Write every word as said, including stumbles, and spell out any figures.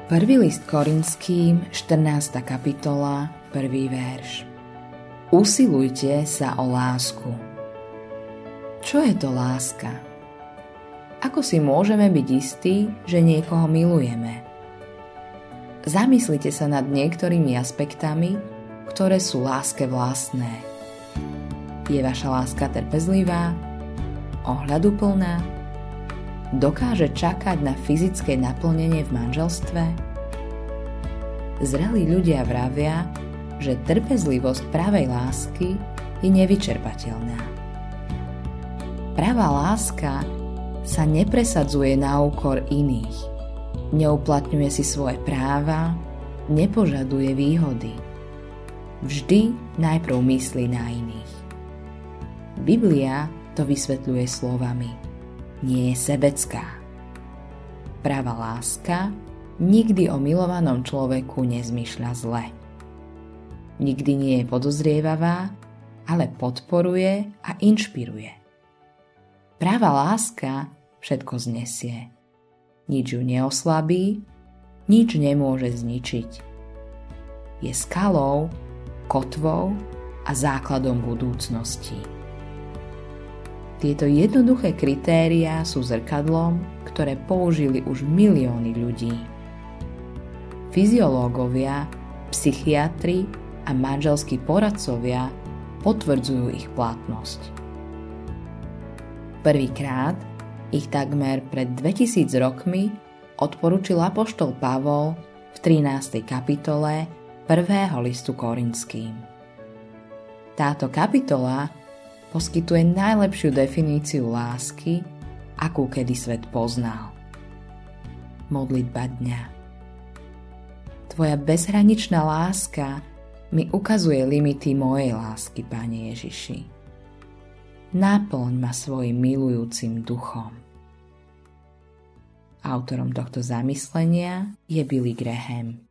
Prvý list Korinským, štrnásta kapitola, prvý verš. Usilujte sa o lásku. Čo je to láska? Ako si môžeme byť istí, že niekoho milujeme? Zamyslite sa nad niektorými aspektami, ktoré sú láske vlastné. Je vaša láska trpezlivá, ohľaduplná? Dokáže čakať na fyzické naplnenie v manželstve? Zrelí ľudia vravia, že trpezlivosť pravej lásky je nevyčerpateľná. Pravá láska sa nepresadzuje na úkor iných, neuplatňuje si svoje práva, nepožaduje výhody. Vždy najprv myslí na iných. Biblia to vysvetľuje slovami: nie je sebecká. Pravá láska nikdy o milovanom človeku nezmýšľa zle. Nikdy nie je podozrievavá, ale podporuje a inšpiruje. Pravá láska všetko znesie. Nič ju neoslabí, nič nemôže zničiť. Je skalou, kotvou a základom budúcnosti. Tieto jednoduché kritériá sú zrkadlom, ktoré použili už milióny ľudí. Fyziológovia, psychiatri a manželskí poradcovia potvrdzujú ich platnosť. Prvýkrát ich takmer pred dvetisíc rokmi odporučil apoštol Pavol v trinástej kapitole prvého listu Korinským. Táto kapitola poskytuje najlepšiu definíciu lásky, akú kedy svet poznal. Modlitba dňa. Tvoja bezhraničná láska mi ukazuje limity mojej lásky, Pane Ježiši. Naplň ma svojim milujúcim duchom. Autorom tohto zamyslenia je Billy Graham.